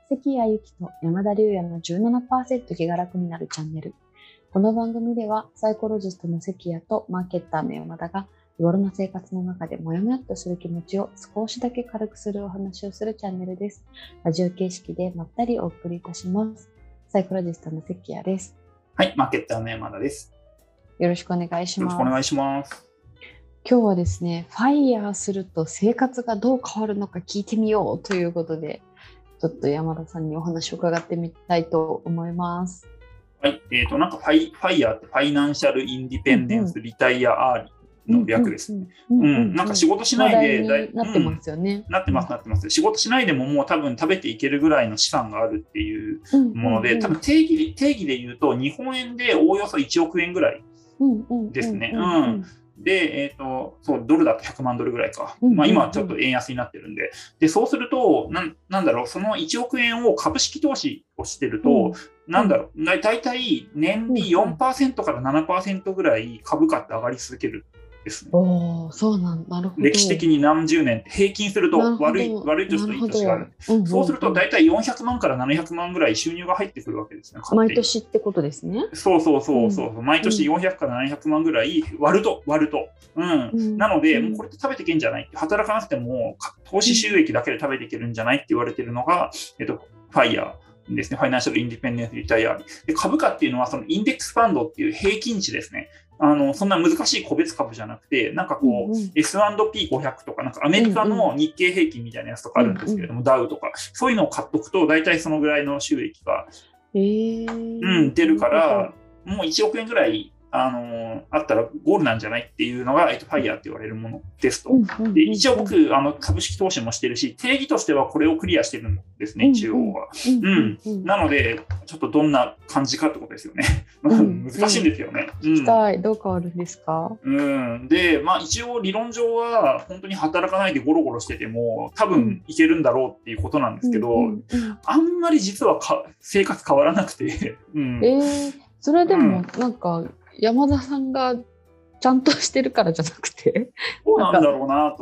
関谷由紀と山田龍也の17%気が楽になるチャンネル。この番組ではサイコロジストの関谷とマーケッターの山田が日頃の生活の中でモヤモヤっとする気持ちを少しだけ軽くするお話をするチャンネルです。ラジオ形式でまったりお送りいたします。サイコロジストの関谷です。 はい、マーケッターの山田です。 よろしくお願いします。 よろしくお願いします。 今日はですね、ファイヤーすると生活がどう変わるのか聞いてみようということで、ちょっと山田さんにお話を伺ってみたいと思います。 はい、なんかファイヤーってファイナンシャルインディペンデンスリタイアアーリーの略ですね。なんか仕事しないでなってますよね。 なってます。仕事しないでももう多分食べていけるぐらいの資産があるっていうもので、多分定義で言うと日本円でおおよそ1億円ぐらいですね。で、そう、ドルだと100万ドルぐらいか。今ちょっと円安になってるんで。で、そうすると、なんだろう、その1億円を株式投資をしてると、なんだろう、だいたい年利 4% から 7% ぐらい株価って上がり続ける。ですね、 そうなるほど。 歴史的に何十年って平均すると悪い年といい年がある。そうすると大体400万から700万ぐらい収入が入ってくるわけですね。 毎年ってことですね。 そう、毎年400から700万ぐらい割ると。なので、もうこれって食べていけんじゃないって、働かなくても投資収益だけで食べていけるんじゃないって言われてるのが、ファイヤーですね。ファイナンシャルインディペンデンスリタイアーリー。で、株価っていうのはそのインデックスファンドっていう平均値ですね。そんな難しい個別株じゃなくて、なんかこう、S&P500 とか、なんかアメリカの日経平均みたいなやつとかあるんですけれども、ダウとか、そういうのを買っとくと、大体そのぐらいの収益が、出るから、もう1億円ぐらい、あったらゴールなんじゃないっていうのが、ファイヤーって言われるものですと。で、一応僕、株式投資もしてるし、定義としてはこれをクリアしてるんですね、一応は。なので、ちょっとどんな感じかってことですよね。難しいんですよね。 聞きたい。どう変わるんですか？ で、一応理論上は、本当に働かないでゴロゴロしてても、多分いけるんだろうっていうことなんですけど、あんまり実は生活変わらなくて。 それでも、なんか、山田さんがちゃんとしてるからじゃなくてそうなんだろうなと、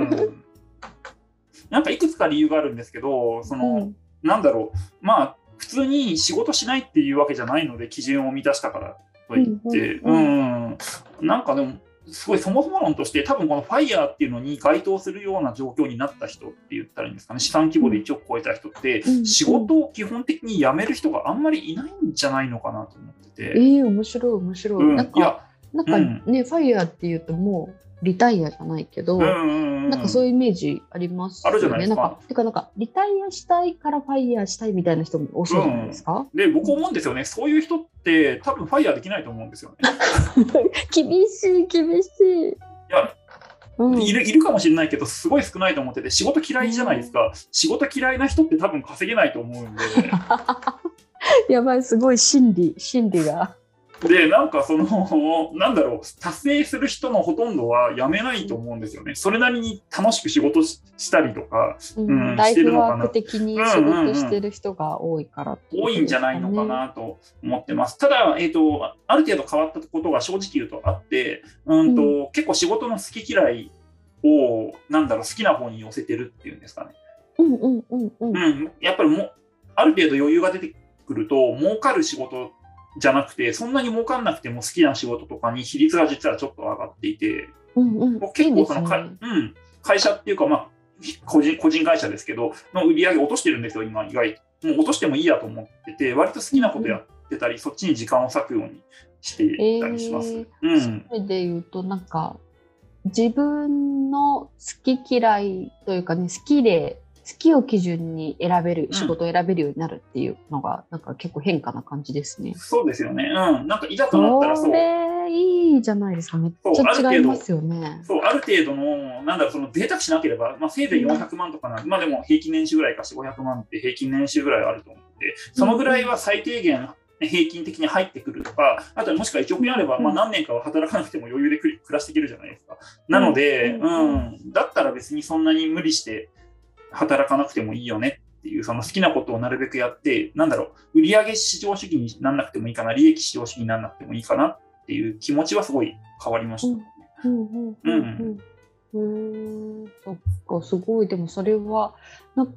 なんかいくつか理由があるんですけど、なんだろう、普通に仕事しないっていうわけじゃないので、基準を満たしたからといって、なんかでもすごいそもそも論として、多分このファイヤーっていうのに該当するような状況になった人って言ったらいいんですかね、資産規模で1億超えた人って、仕事を基本的に辞める人があんまりいないんじゃないのかなと思ってて。 面白い。なんかね、ファイヤーっていうともうリタイアじゃないけど、なんかそういうイメージありますよね。 あるじゃないですか。 なんかリタイアしたいからファイヤーしたいみたいな人も多そうじゃないですか。 で、僕思うんですよね。そういう人って多分ファイヤーできないと思うんですよね。 厳しい。いや、いるかもしれないけど、すごい少ないと思ってて、仕事嫌いじゃないですか。仕事嫌いな人って多分稼げないと思うんで。 やばい、すごい心理が。 で、なんかなんだろう、達成する人のほとんどは辞めないと思うんですよね。それなりに楽しく仕事したりとか、 ライフワーク的に仕事してる人が多いからってことですかね。 多いんじゃないのかなと思ってます。ただ、ある程度変わったことが正直言うとあって、結構仕事の好き嫌いを、好きな方に寄せてるっていうんですかね。やっぱりある程度余裕が出てくると、儲かる仕事じゃなくて、そんなに儲かんなくても好きな仕事とかに比率が実はちょっと上がっていて、結構会社っていうか、個人会社ですけど、の売り上げ落としてるんですよ、今、意外と。もう落としてもいいやと思ってて、割と好きなことやってたり、そっちに時間を割くようにしてたりします。 それで言うと、なんか、自分の好き嫌いというかね、好きを基準に仕事を選べるようになるっていうのが、なんか結構変化な感じですね。 そうですよね。なんかいざとなったらそれいいじゃないですか。めっちゃ違いますよね。 ある程度の、贅沢しなければ、せいぜい400万とかなんで、でも平均年収ぐらいか4、500万って平均年収ぐらいあると思って、そのぐらいは最低限平均的に入ってくるとか、あとはもしくは1億円あれば、何年かは働かなくても余裕で暮らしていけるじゃないですか。なので、だったら別にそんなに無理して働かなくてもいいよねっていう、その好きなことをなるべくやって、売上至上主義にならなくてもいいかな、利益至上主義にならなくてもいいかなっていう気持ちはすごい変わりました。 そっか、すごい。でもそれはなんか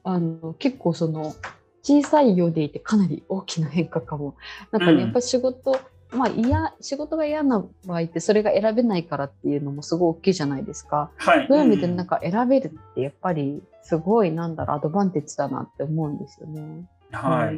結構その小さいようでいてかなり大きな変化かも。なんかね、やっぱり仕事が嫌な場合ってそれが選べないからっていうのもすごい大きいじゃないですか。 はい、 そういう意味でなんか選べるってやっぱりすごいアドバンテージだなって思うんですよね。 はい、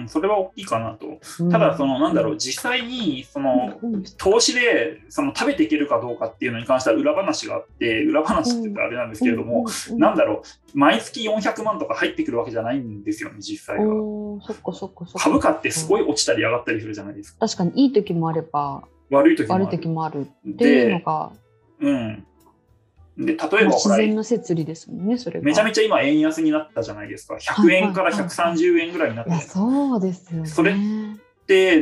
それは大きいかなと。ただ実際に投資で食べていけるかどうかっていうのに関しては裏話があって、裏話って言ったらあれなんですけれども、毎月400万とか入ってくるわけじゃないんですよね、実際は。株価ってすごい落ちたり上がったりするじゃないですか。 確かにいい時もあれば悪い時もあるっていうのが、 で例えば自然の摂理ですもんね、それが。 めちゃめちゃ今円安になったじゃないですか。100円から130円ぐらいになって、 そうですよね。 それって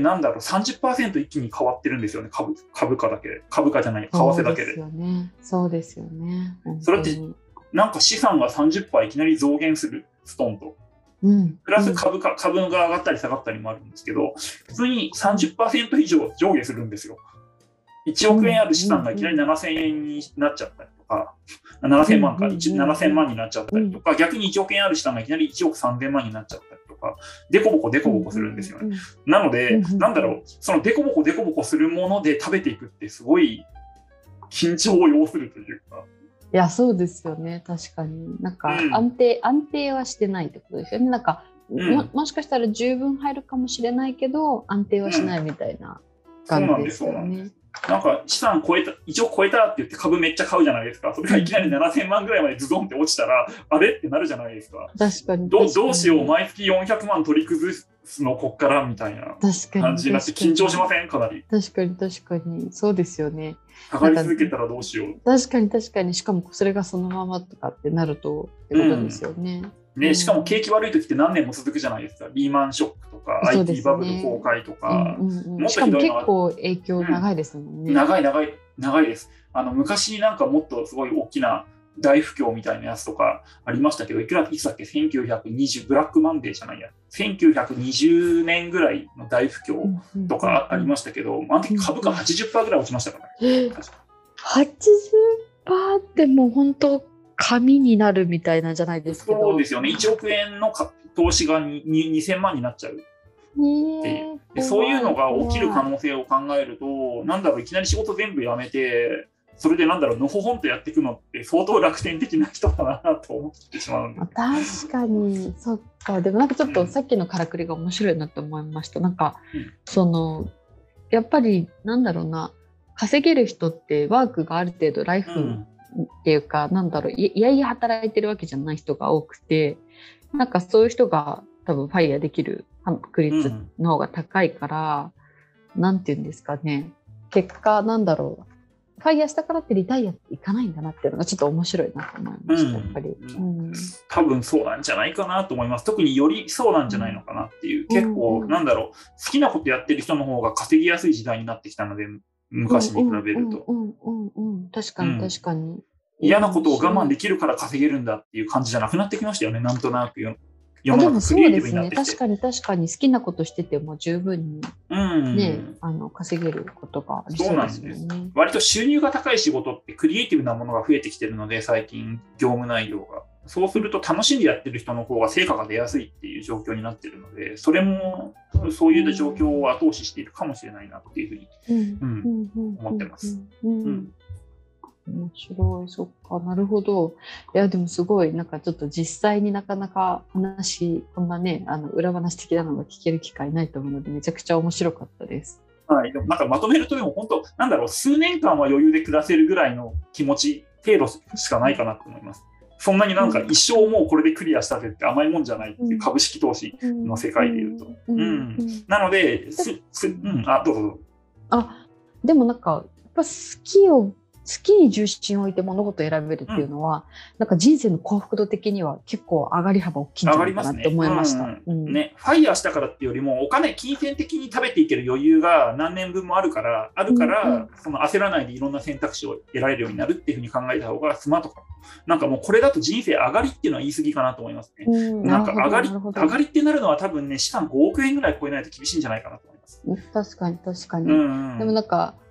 30% 一気に変わってるんですよね。株価だけで、株価じゃない、為替だけで。 そうですよね。 それってなんか資産が 30% いきなり増減する、ストンと。プラス株が上がったり下がったりもあるんですけど、普通に 30% 以上上下するんですよ。1億円ある資産がいきなり7000円になっちゃったりとか、7000万か、7000万になっちゃったりとか、逆に1億円ある資産がいきなり1億3000万になっちゃったりとか、デコボコするんですよね。なので、そのデコボコするもので食べていくってすごい緊張を要するというか。 いや、そうですよね。確かに。なんか安定はしてないってことですよね。なんか、もしかしたら十分入るかもしれないけど、安定はしないみたいな感じですよね。 なんか資産1億超えたって言って株めっちゃ買うじゃないですか。それがいきなり7000万ぐらいまでズドンって落ちたら、あれってなるじゃないですか。 確かに。 どうしよう、毎月400万取り崩すのこっからみたいな感じになって緊張しません？かなり。 確かに。そうですよね。 上がり続けたらどうしよう。 確かに。しかもそれがそのままとかってなるとってことですよね。 しかも景気悪い時って何年も続くじゃないですか。リーマンショックとか、IT バブル崩壊とか。 しかも結構影響長いですもんね。 長いです。昔になんかもっとすごい大きな大不況みたいなやつとかありましたけど、いつだっけ、1920、ブラックマンデーじゃないや、1920年ぐらいの大不況とかありましたけど、あの時株価 80% ぐらい落ちましたからね。 80% ってもう本当紙になるみたいなんじゃないですか。 そうですよね。1億円の投資が2000万になっちゃうっていう。でそういうのが起きる可能性を考えると、いきなり仕事全部やめて、それでのほほんとやっていくのって相当楽天的な人だなと思ってしまうんで。 確かに、そっか。でもなんかちょっとさっきのからくりが面白いなと思いました。なんか、やっぱり稼げる人ってワークがある程度ライフっていうか、いやいや働いてるわけじゃない人が多くて、なんかそういう人が多分ファイヤーできる確率の方が高いから、なんていうんですかね、結果ファイヤーしたからってリタイアっていかないんだなっていうのがちょっと面白いなと思いました、やっぱり。 多分そうなんじゃないかなと思います。特によりそうなんじゃないのかなっていう、結構好きなことやってる人の方が稼ぎやすい時代になってきたので、昔に比べると。 確かに。 嫌なことを我慢できるから稼げるんだっていう感じじゃなくなってきましたよね、なんとなくでもそうですね、確かに好きなことしてても十分に、稼げることがありそうですよね。そうなんです。 割と収入が高い仕事ってクリエイティブなものが増えてきてるので、最近業務内容が。そうすると楽しんでやってる人の方が成果が出やすいっていう状況になってるので、それもそういう状況を後押ししているかもしれないなっていうふうに思ってます。 面白い、そっか、なるほど。いや、でもすごい、ちょっと実際になかなかこんなね、裏話的なのが聞ける機会ないと思うので、めちゃくちゃ面白かったです。 はい、でもまとめると、でも本当、数年間は余裕で暮らせるぐらいの気持ち程度しかないかなと思います。そんなに一生もうこれでクリアしたって甘いもんじゃないっていう、株式投資の世界でいうと。なので、どうぞ。 でもやっぱ好きに重心を置いて物事を選べるっていうのは、人生の幸福度的には結構上がり幅大きいんじゃないかなって思いました。 ファイヤーしたからっていうよりも、金銭的に食べていける余裕が何年分もあるから、その焦らないでいろんな選択肢を得られるようになるっていうふうに考えた方がスマートかも。もうこれだと人生上がりっていうのは言い過ぎかなと思いますね。上がりってなるのは多分ね、資産5億円ぐらい超えないと厳しいんじゃないかなと思います。 確かに。でも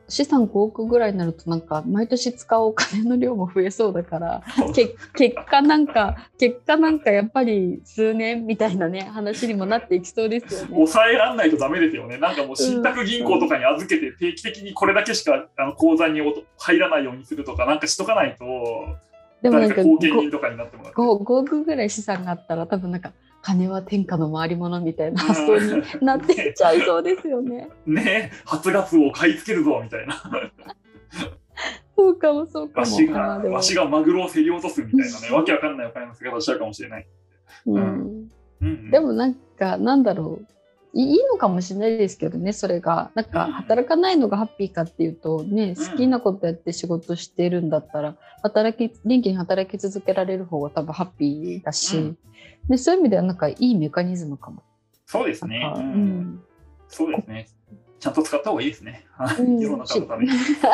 資産5億ぐらいになるとなんか毎年使うお金の量も増えそうだから結果なんかやっぱり数年みたいなね話にもなっていきそうですよね。 抑えらんないとダメですよね。なんかもう信託銀行とかに預けて定期的にこれだけしか口座に入らないようにするとかなんかしとかないと、 でもなんか後見人とかになってもらって 5億ぐらい資産があったら多分なんか金は天下の回り物みたいな発想になっていっちゃいそうですよね。 ね、初ガツオを買い付けるぞみたいな。 そうかもそうかも。 わしがマグロを競り落とすみたいなね、わけわかんないお金の使い方しちゃうかもしれない。でもなんかなんだろう、いいのかもしれないですけどね、それがなんか働かないのがハッピーかっていうとね、好きなことやって仕事してるんだったら元気に働き続けられる方が多分ハッピーだし、でそういう意味ではなんかいいメカニズムかも。 そうですね。そうですね。ちゃんと使った方がいいですね。世の中のために。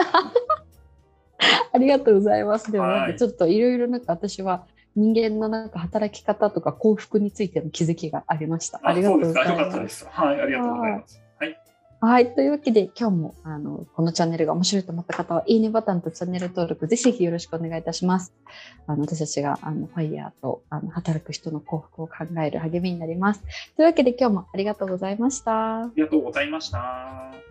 ありがとうございます。でもなんかちょっといろいろなんか私は人間のなんか働き方とか幸福についての気づきがありました。ありがとうございます。 よかったです。はい、ありがとうございます。 はい、というわけで今日もこのチャンネルが面白いと思った方はいいねボタンとチャンネル登録ぜひよろしくお願いいたします。私たちがファイヤーと働く人の幸福を考える励みになります。というわけで今日もありがとうございました。 ありがとうございました。